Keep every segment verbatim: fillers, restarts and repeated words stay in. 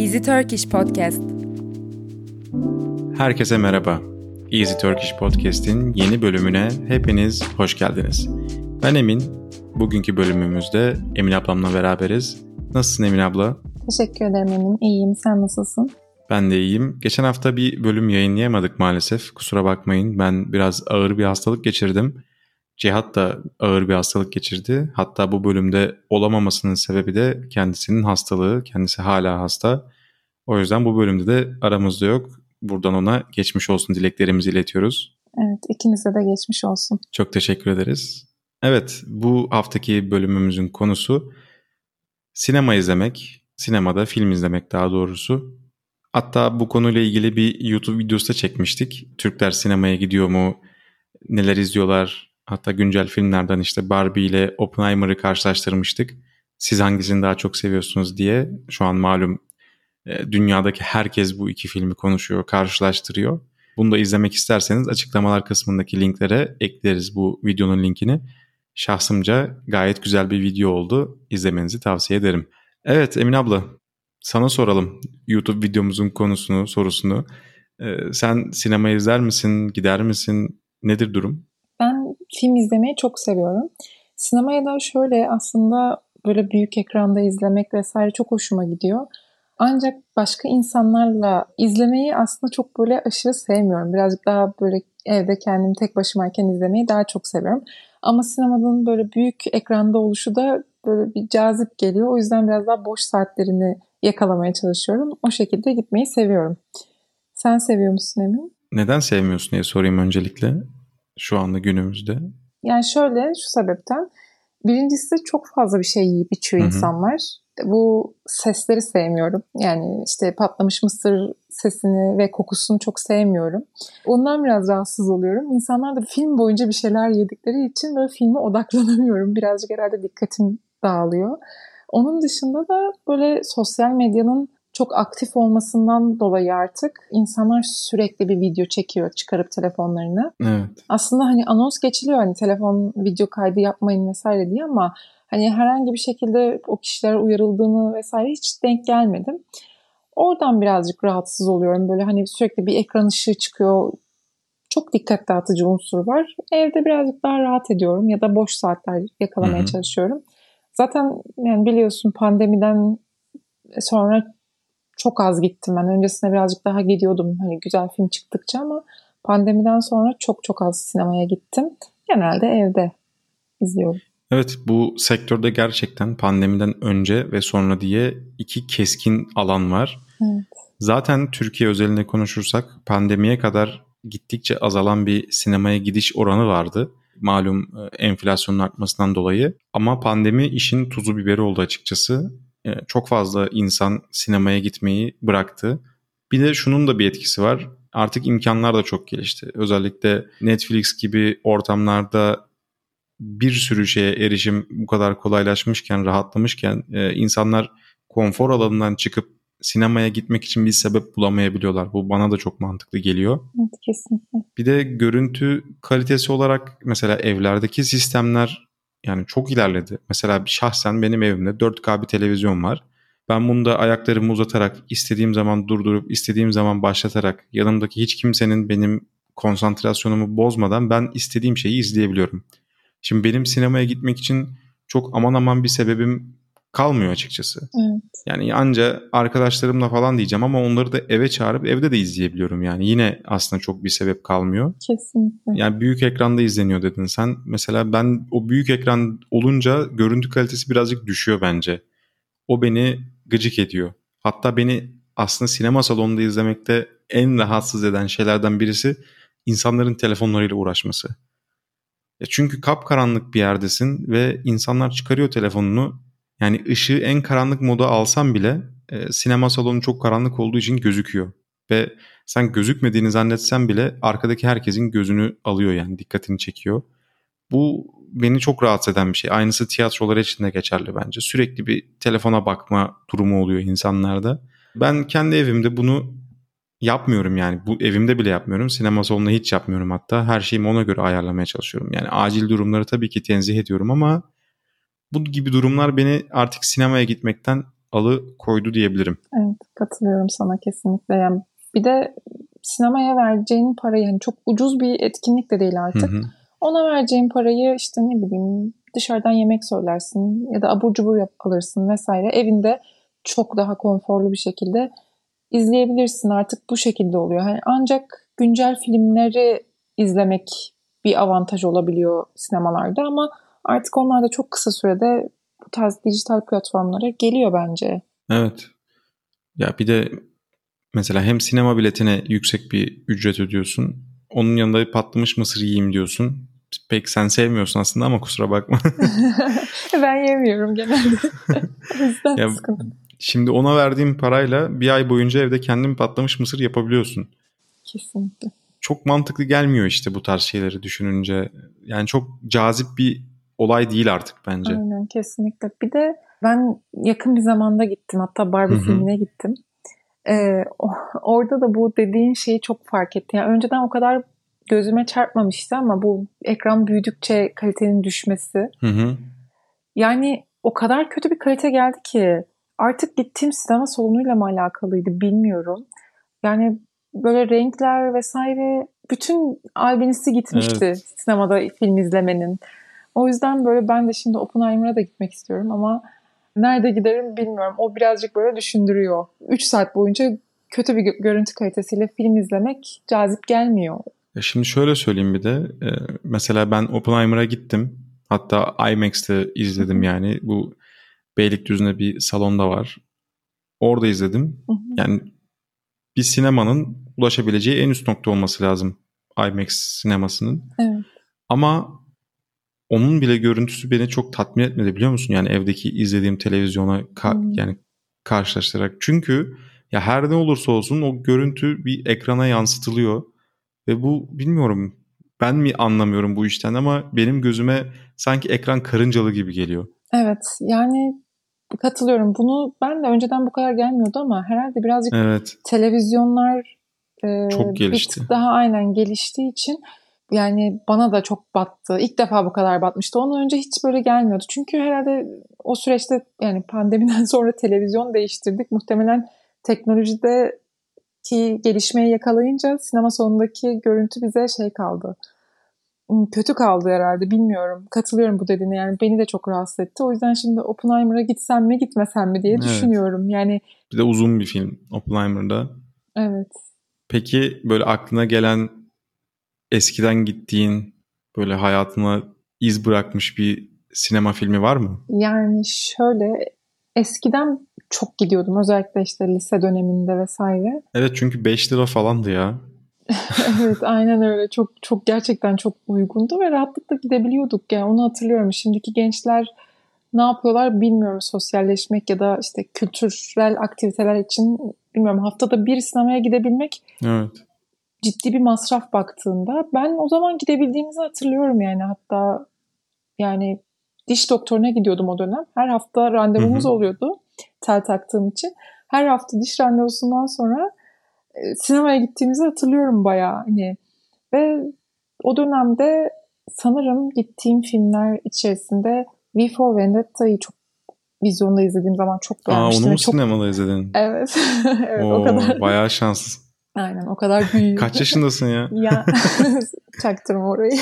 Easy Turkish Podcast. Herkese merhaba. Easy Turkish Podcast'in yeni bölümüne hepiniz hoş geldiniz. Ben Emin. Bugünkü bölümümüzde Emin ablamla beraberiz. Nasılsın Emin abla? Teşekkür ederim Emin. İyiyim. Sen nasılsın? Ben de iyiyim. Geçen hafta bir bölüm yayınlayamadık maalesef. Kusura bakmayın. Ben biraz ağır bir hastalık geçirdim. Cihat da ağır bir hastalık geçirdi. Hatta bu bölümde olamamasının sebebi de kendisinin hastalığı. Kendisi hala hasta. O yüzden bu bölümde de aramızda yok. Buradan ona geçmiş olsun dileklerimizi iletiyoruz. Evet, ikinize de geçmiş olsun. Çok teşekkür ederiz. Evet, bu haftaki bölümümüzün konusu sinema izlemek. Sinemada film izlemek daha doğrusu. Hatta bu konuyla ilgili bir YouTube videosu da çekmiştik. Türkler sinemaya gidiyor mu? Neler izliyorlar? Hatta güncel filmlerden işte Barbie ile Oppenheimer'ı karşılaştırmıştık. Siz hangisini daha çok seviyorsunuz diye. Şu an malum dünyadaki herkes bu iki filmi konuşuyor, karşılaştırıyor. Bunu da izlemek isterseniz açıklamalar kısmındaki linklere ekleriz bu videonun linkini. Şahsımca gayet güzel bir video oldu. İzlemenizi tavsiye ederim. Evet Emin abla, sana soralım YouTube videomuzun konusunu, sorusunu. Ee, sen sinema izler misin, gider misin? Nedir durum? Ben film izlemeyi çok seviyorum. Sinemaya da şöyle aslında böyle büyük ekranda izlemek vesaire çok hoşuma gidiyor. Ancak başka insanlarla izlemeyi aslında çok böyle aşırı sevmiyorum. Birazcık daha böyle evde kendim tek başımayken izlemeyi daha çok seviyorum. Ama sinemanın böyle büyük ekranda oluşu da böyle bir cazip geliyor. O yüzden biraz daha boş saatlerini yakalamaya çalışıyorum. O şekilde gitmeyi seviyorum. Sen seviyor musun Emin? Neden sevmiyorsun diye sorayım öncelikle şu anda günümüzde. Yani şöyle, şu sebepten. Birincisi çok fazla bir şey yiyip içiyor, hı hı, insanlar. Bu sesleri sevmiyorum. Yani işte patlamış mısır sesini ve kokusunu çok sevmiyorum. Ondan biraz rahatsız oluyorum. İnsanlar da film boyunca bir şeyler yedikleri için böyle filme odaklanamıyorum. Birazcık herhalde dikkatim dağılıyor. Onun dışında da böyle sosyal medyanın çok aktif olmasından dolayı artık insanlar sürekli bir video çekiyor çıkarıp telefonlarını. Evet. Aslında hani anons geçiliyor hani telefon video kaydı yapmayın vesaire diye ama hani herhangi bir şekilde o kişiler uyarıldığını vesaire hiç denk gelmedim. Oradan birazcık rahatsız oluyorum. Böyle hani sürekli bir ekran ışığı çıkıyor. Çok dikkat dağıtıcı unsur var. Evde birazcık daha rahat ediyorum ya da boş saatler yakalamaya, hı hı, çalışıyorum. Zaten yani biliyorsun pandemiden sonra çok az gittim ben. Öncesinde birazcık daha gidiyordum hani güzel film çıktıkça ama pandemiden sonra çok çok az sinemaya gittim. Genelde evde izliyorum. Evet, bu sektörde gerçekten pandemiden önce ve sonra diye iki keskin alan var. Evet. Zaten Türkiye özelinde konuşursak pandemiye kadar gittikçe azalan bir sinemaya gidiş oranı vardı. Malum enflasyonun artmasından dolayı. Ama pandemi işin tuzu biberi oldu açıkçası. Çok fazla insan sinemaya gitmeyi bıraktı. Bir de şunun da bir etkisi var. Artık imkanlar da çok gelişti. Özellikle Netflix gibi ortamlarda bir sürü şeye erişim bu kadar kolaylaşmışken, rahatlamışken insanlar konfor alanından çıkıp sinemaya gitmek için bir sebep bulamayabiliyorlar. Bu bana da çok mantıklı geliyor. Evet, kesinlikle. Bir de görüntü kalitesi olarak mesela evlerdeki sistemler yani çok ilerledi. Mesela şahsen benim evimde dört K bir televizyon var. Ben bunu da ayaklarımı uzatarak, istediğim zaman durdurup, istediğim zaman başlatarak, yanımdaki hiç kimsenin benim konsantrasyonumu bozmadan ben istediğim şeyi izleyebiliyorum. Şimdi benim sinemaya gitmek için çok aman aman bir sebebim kalmıyor açıkçası. Evet. Yani anca arkadaşlarımla falan diyeceğim ama onları da eve çağırıp evde de izleyebiliyorum yani. Yine aslında çok bir sebep kalmıyor. Kesinlikle. Yani büyük ekranda izleniyor dedin sen. Mesela ben o büyük ekran olunca görüntü kalitesi birazcık düşüyor bence. O beni gıcık ediyor. Hatta beni aslında sinema salonunda izlemekte en rahatsız eden şeylerden birisi insanların telefonlarıyla uğraşması. Çünkü kapkaranlık bir yerdesin ve insanlar çıkarıyor telefonunu. Yani ışığı en karanlık moda alsam bile e, sinema salonu çok karanlık olduğu için gözüküyor. Ve sen gözükmediğini zannetsen bile arkadaki herkesin gözünü alıyor yani dikkatini çekiyor. Bu beni çok rahatsız eden bir şey. Aynısı tiyatrolar için de geçerli bence. Sürekli bir telefona bakma durumu oluyor insanlarda. Ben kendi evimde bunu yapmıyorum yani. Bu evimde bile yapmıyorum. Sinema salonunda hiç yapmıyorum hatta. Her şeyimi ona göre ayarlamaya çalışıyorum. Yani acil durumları tabii ki tenzih ediyorum ama bu gibi durumlar beni artık sinemaya gitmekten alı koydu diyebilirim. Evet, katılıyorum sana kesinlikle. Yani bir de sinemaya vereceğin parayı, yani çok ucuz bir etkinlik de değil artık. Hı hı. Ona vereceğin parayı işte ne bileyim dışarıdan yemek söylersin ya da abur cubur yap, alırsın vesaire. Evinde çok daha konforlu bir şekilde izleyebilirsin. Artık bu şekilde oluyor. Yani ancak güncel filmleri izlemek bir avantaj olabiliyor sinemalarda ama artık onlar da çok kısa sürede bu tarz dijital platformlara geliyor bence. Evet. Ya bir de mesela hem sinema biletine yüksek bir ücret ödüyorsun. Onun yanında bir patlamış mısır yiyeyim diyorsun. Pek sen sevmiyorsun aslında ama kusura bakma. Ben yemiyorum genelde. O yüzden ya, sıkıntı. Şimdi ona verdiğim parayla bir ay boyunca evde kendin patlamış mısır yapabiliyorsun. Kesinlikle. Çok mantıklı gelmiyor işte bu tarz şeyleri düşününce. Yani çok cazip bir olay değil artık bence. Aynen, kesinlikle. Bir de ben yakın bir zamanda gittim. Hatta Barbie Hı-hı. filmine gittim. Ee, orada da bu dediğin şeyi çok fark ettim. Yani önceden o kadar gözüme çarpmamıştı ama bu ekran büyüdükçe kalitenin düşmesi. Hı-hı. Yani o kadar kötü bir kalite geldi ki artık gittiğim sinema salonuyla mı alakalıydı bilmiyorum. Yani böyle renkler vesaire bütün albinisi gitmişti evet. Sinemada film izlemenin. O yüzden böyle ben de şimdi Oppenheimer'a da gitmek istiyorum ama nerede giderim bilmiyorum. O birazcık böyle düşündürüyor. üç saat boyunca kötü bir görüntü kalitesiyle film izlemek cazip gelmiyor. Ya şimdi şöyle söyleyeyim bir de. Mesela ben Oppenheimer'a gittim. Hatta IMAX'te izledim Hı-hı. yani. Bu Beylikdüzü'nde bir salonda var. Orada izledim. Hı-hı. Yani bir sinemanın ulaşabileceği en üst nokta olması lazım IMAX sinemasının. Evet. Ama onun bile görüntüsü beni çok tatmin etmedi biliyor musun? Yani evdeki izlediğim televizyona ka- hmm. yani karşılaştırarak. Çünkü ya her ne olursa olsun o görüntü bir ekrana yansıtılıyor. Ve bu bilmiyorum ben mi anlamıyorum bu işten ama benim gözüme sanki ekran karıncalı gibi geliyor. Evet yani katılıyorum. Bunu ben de önceden bu kadar gelmiyordu ama herhalde birazcık evet. televizyonlar e, çok gelişti. Bir tık daha aynen geliştiği için yani bana da çok battı. İlk defa bu kadar batmıştı. Ondan önce hiç böyle gelmiyordu. Çünkü herhalde o süreçte yani pandemiden sonra televizyon değiştirdik. Muhtemelen teknolojideki gelişmeyi yakalayınca sinema salonundaki görüntü bize şey kaldı. Kötü kaldı herhalde bilmiyorum. Katılıyorum bu dediğine yani beni de çok rahatsız etti. O yüzden şimdi Oppenheimer'a gitsem mi gitmesem mi diye evet. düşünüyorum. Yani bir de uzun bir film Oppenheimer'da. Evet. Peki böyle aklına gelen eskiden gittiğin böyle hayatına iz bırakmış bir sinema filmi var mı? Yani şöyle eskiden çok gidiyordum özellikle işte lise döneminde vesaire. Evet çünkü beş lira falandı ya. Evet aynen öyle çok çok gerçekten çok uygundu ve rahatlıkla gidebiliyorduk yani onu hatırlıyorum. Şimdiki gençler ne yapıyorlar bilmiyorum sosyalleşmek ya da işte kültürel aktiviteler için bilmiyorum haftada bir sinemaya gidebilmek evet. ciddi bir masraf baktığında. Ben o zaman gidebildiğimizi hatırlıyorum yani hatta yani diş doktoruna gidiyordum o dönem. Her hafta randevumuz hı hı. oluyordu tel taktığım için. Her hafta diş randevusundan sonra e, sinemaya gittiğimizi hatırlıyorum bayağı. Hani. Ve o dönemde sanırım gittiğim filmler içerisinde V for Vendetta'yı çok vizyonda izlediğim zaman çok beğenmiştim. Aa, onu mu çok... sinemada izledin? Evet. evet Oo, o kadar. Bayağı şanslısın. Aynen o kadar büyüğüm. Kaç yaşındasın ya? ya çaktırma orayı.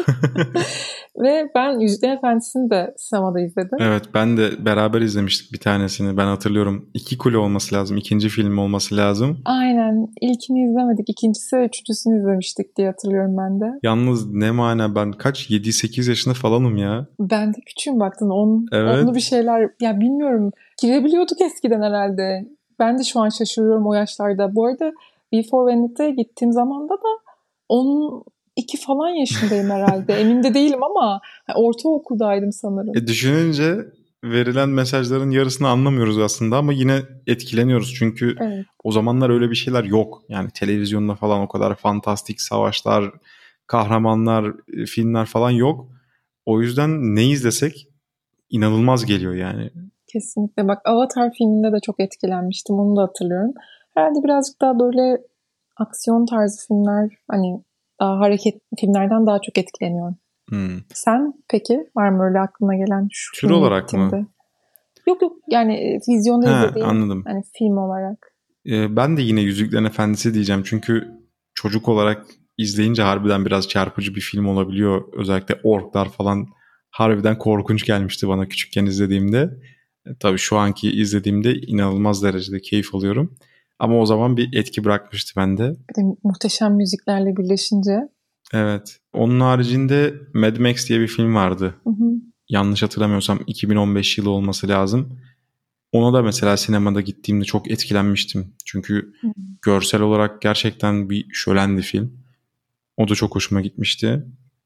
Ve ben Yüzüklerin Efendisi'ni de sinemada izledim. Evet ben de beraber izlemiştik bir tanesini. Ben hatırlıyorum. İki kule olması lazım. İkinci film olması lazım. Aynen. İlkini izlemedik. İkincisi ve üçüncüsünü izlemiştik diye hatırlıyorum ben de. Yalnız ne mana ben kaç? yedi sekiz yaşında falanım ya. Ben de küçüğüm baktın. On, evet. Onlu bir şeyler. Ya bilmiyorum. Girebiliyorduk eskiden herhalde. Ben de şu an şaşırıyorum o yaşlarda. Bu arada V for Vendetta'ya gittiğim zamanda da on iki falan yaşındayım herhalde. Emin de değilim ama ortaokuldaydım sanırım. E düşününce verilen mesajların yarısını anlamıyoruz aslında ama yine etkileniyoruz. Çünkü evet. o zamanlar öyle bir şeyler yok. Yani televizyonda falan o kadar fantastik savaşlar, kahramanlar, filmler falan yok. O yüzden ne izlesek inanılmaz geliyor yani. Kesinlikle. Bak Avatar filminde de çok etkilenmiştim. Onu da hatırlıyorum. Herhalde birazcık daha böyle aksiyon tarzı filmler hani daha hareket filmlerden daha çok etkileniyorum. Hmm. Sen peki var mı öyle aklına gelen şu tür olarak mı? Yok yok yani vizyonda He, izlediğim anladım. hani film olarak. Ee, ben de yine Yüzüklerin Efendisi diyeceğim. Çünkü çocuk olarak izleyince harbiden biraz çarpıcı bir film olabiliyor. Özellikle orklar falan harbiden korkunç gelmişti bana küçükken izlediğimde. E, tabii şu anki izlediğimde inanılmaz derecede keyif alıyorum. Ama o zaman bir etki bırakmıştı bende. Bir de muhteşem müziklerle birleşince. Evet. Onun haricinde Mad Max diye bir film vardı. Hı hı. Yanlış hatırlamıyorsam iki bin on beş yılı olması lazım. Ona da mesela sinemada gittiğimde çok etkilenmiştim. Çünkü Hı. görsel olarak gerçekten bir şölendi film. O da çok hoşuma gitmişti.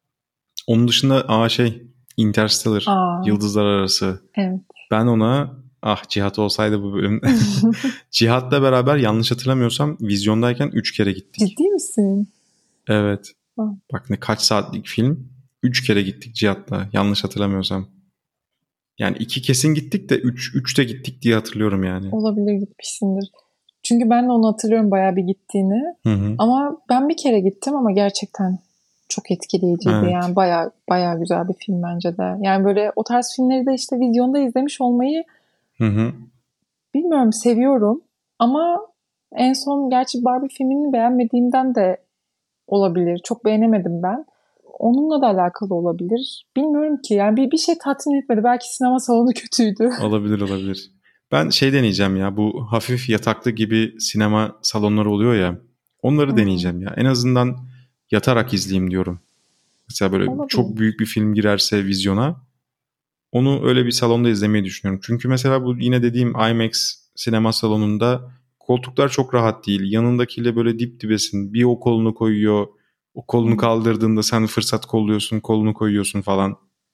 Onun dışında aa şey Interstellar, Aa, Yıldızlar Arası. evet. Ben ona ah Cihat olsaydı bu bölüm. Cihat'la beraber yanlış hatırlamıyorsam vizyondayken üç kere gittik. Ciddi misin? Evet. Aa. Bak ne kaç saatlik film. Üç kere gittik Cihat'la yanlış hatırlamıyorsam. Yani iki kesin gittik de üç, üç de gittik diye hatırlıyorum yani. Olabilir, gitmişsindir. Çünkü ben de onu hatırlıyorum bayağı bir gittiğini. Hı hı. Ama ben bir kere gittim ama gerçekten çok etkileyiciydi. Evet. Yani bayağı bayağı güzel bir film bence de. Yani böyle o tarz filmleri de işte vizyonda izlemiş olmayı Hı hı. bilmiyorum, seviyorum. Ama en son gerçi Barbie filmini beğenmediğimden de olabilir. Çok beğenemedim ben. Onunla da alakalı olabilir. Bilmiyorum ki. Yani bir, bir şey tatmin etmedi. Belki sinema salonu kötüydü. Olabilir olabilir. Ben şey deneyeceğim ya, bu hafif yataklı gibi sinema salonları oluyor ya. Onları Hmm, deneyeceğim ya. En azından yatarak izleyeyim diyorum. Mesela böyle çok olabilir. büyük bir film girerse vizyona onu öyle bir salonda izlemeyi düşünüyorum. Çünkü mesela bu yine dediğim IMAX sinema salonunda koltuklar çok rahat değil. Yanındakiyle böyle dip dibesin. Bir o kolunu koyuyor. O kolunu Hmm, kaldırdığında sen fırsat kolluyorsun, kolunu koyuyorsun falan.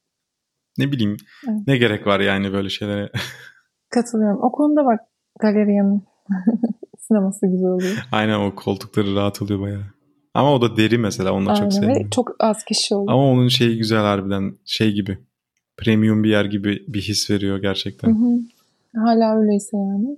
Ne bileyim, evet. ne gerek var yani böyle şeylere. Katılıyorum. O konuda bak, Galeria'nın sineması güzel oluyor. Aynen, o koltukları rahat oluyor bayağı. Ama o da deri mesela, onu da çok Aynen, ve sevmiyorum. çok az kişi oluyor. Ama onun şeyi güzel harbiden, şey gibi. Premium bir yer gibi bir his veriyor Hı gerçekten. hı. Hala öyleyse yani.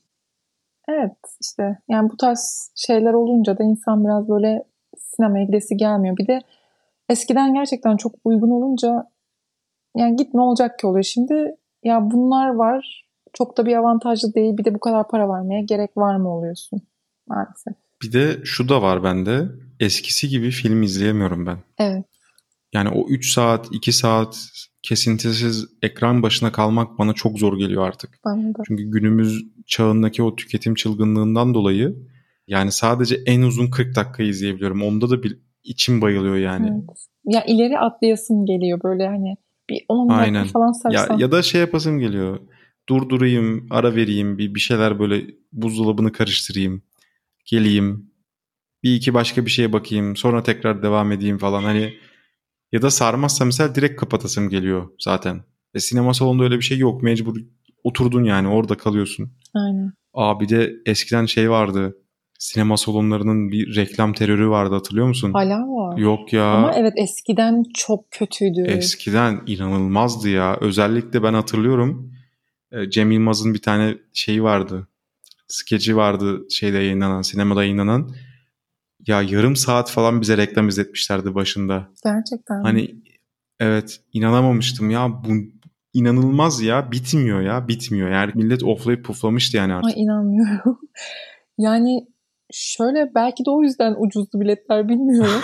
Evet, işte yani bu tarz şeyler olunca da insan biraz böyle sinemaya gidesi gelmiyor. Bir de eskiden gerçekten çok uygun olunca yani git ne olacak ki oluyor. Şimdi ya bunlar var, çok da bir avantajlı değil. Bir de bu kadar para vermeye gerek var mı oluyorsun maalesef. Bir de şu da var bende. Eskisi gibi film izleyemiyorum ben. Evet, Yani o üç saat, iki saat kesintisiz ekran başına kalmak bana çok zor geliyor artık. bana da. Çünkü günümüz çağındaki o tüketim çılgınlığından dolayı yani sadece en uzun kırk dakika izleyebiliyorum. Onda da bir içim bayılıyor yani. Evet. Ya ileri atlayasın geliyor böyle, hani bir on dakika Aynen. falan Ya sarsan. ya da şey yapasım geliyor. Durdurayım, ara vereyim, bir bir şeyler böyle buzdolabını karıştırayım, geleyim, bir iki başka bir şeye bakayım, sonra tekrar devam edeyim falan. Hani ya da sarmazsa mesela direkt kapatasım geliyor zaten. E sinema salonunda öyle bir şey yok. Mecbur oturdun yani, orada kalıyorsun. Aynen. Aa bir de eskiden şey vardı. Sinema salonlarının bir reklam terörü vardı, hatırlıyor musun? Hala var. Yok ya, Ama evet, eskiden çok kötüydü. eskiden inanılmazdı ya. Özellikle ben hatırlıyorum. E, Cem Yılmaz'ın bir tane şeyi vardı. Skeci vardı, şeyde yayınlanan, sinemada yayınlanan. Ya yarım saat falan bize reklam izletmişlerdi başında. Gerçekten mi? Hani evet, inanamamıştım ya, bu inanılmaz ya, bitmiyor ya, bitmiyor. Yani millet oflayıp puflamıştı yani Ay, artık. inanmıyorum. Yani şöyle, belki de o yüzden ucuzdu biletler, bilmiyorum.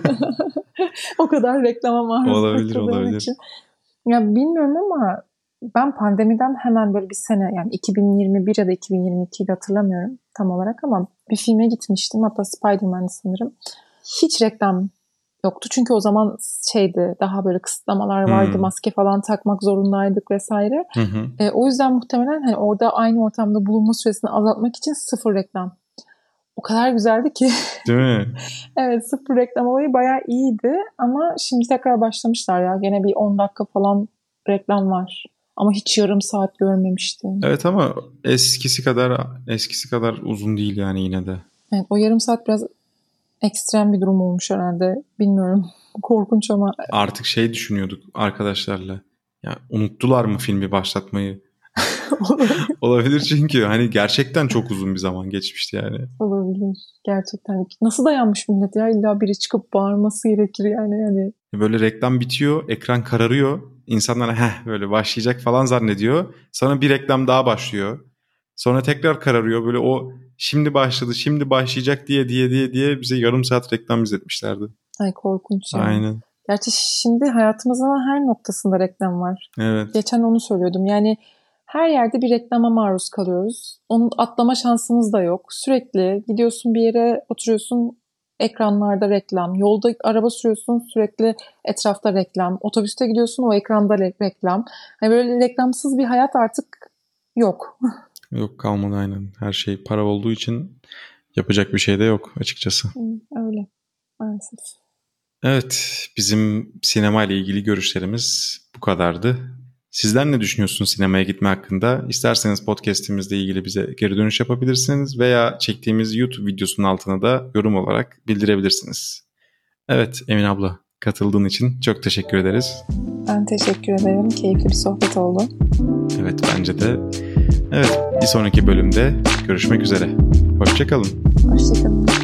O kadar reklama maruz Olabilir bırakıldığım için. olabilir. Ya bilmiyorum ama ben pandemiden hemen böyle bir sene, yani iki bin yirmi bir ya da iki bin yirmi iki hatırlamıyorum tam olarak, ama bir filme gitmiştim. Hatta Spider-Man'di sanırım. Hiç reklam yoktu. Çünkü o zaman şeydi, daha böyle kısıtlamalar vardı. Hmm. Maske falan takmak zorundaydık vesaire. Hı hı. E, o yüzden muhtemelen hani orada aynı ortamda bulunma süresini azaltmak için sıfır reklam. O kadar güzeldi ki. Değil mi? Evet, sıfır reklam olayı bayağı iyiydi. Ama şimdi tekrar başlamışlar ya. Gene bir on dakika falan reklam var. Ama hiç yarım saat görmemiştim. Evet ama eskisi kadar eskisi kadar uzun değil yani yine de. Evet, o yarım saat biraz ekstrem bir durum olmuş herhalde. Bilmiyorum. Korkunç ama. Artık şey düşünüyorduk arkadaşlarla. Ya unuttular mı filmi başlatmayı? Olabilir, çünkü hani gerçekten çok uzun bir zaman geçmişti yani. Olabilir. Gerçekten. Nasıl dayanmış millet ya? İlla biri çıkıp bağırması gerekir yani. yani. Böyle reklam bitiyor, ekran kararıyor. insanlara heh böyle başlayacak falan zannediyor. Sonra bir reklam daha başlıyor. Sonra tekrar kararıyor. Böyle o şimdi başladı, şimdi başlayacak diye diye diye diye bize yarım saat reklam izletmişlerdi. Ay korkunç ya. Aynen. Gerçi şimdi hayatımızın her noktasında reklam var. Evet. Geçen onu söylüyordum. Yani her yerde bir reklama maruz kalıyoruz. Onu atlama şansımız da yok. Sürekli gidiyorsun bir yere, oturuyorsun, ekranlarda reklam. Yolda araba sürüyorsun, sürekli etrafta reklam. Otobüste gidiyorsun, o ekranda reklam. Hani böyle reklamsız bir hayat artık yok. Yok, kalmadı aynen. Her şey para olduğu için yapacak bir şey de yok açıkçası. Öyle maalesef. Evet, bizim sinema ile ilgili görüşlerimiz bu kadardı. Sizler ne düşünüyorsunuz sinemaya gitme hakkında? İsterseniz podcast'imizle ilgili bize geri dönüş yapabilirsiniz veya çektiğimiz YouTube videosunun altına da yorum olarak bildirebilirsiniz. Evet Emin abla, katıldığın için çok teşekkür ederiz. Ben teşekkür ederim. Keyifli bir sohbet oldu. Evet, bence de. Evet, bir sonraki bölümde görüşmek üzere. Hoşça kalın. Hoşça kalın.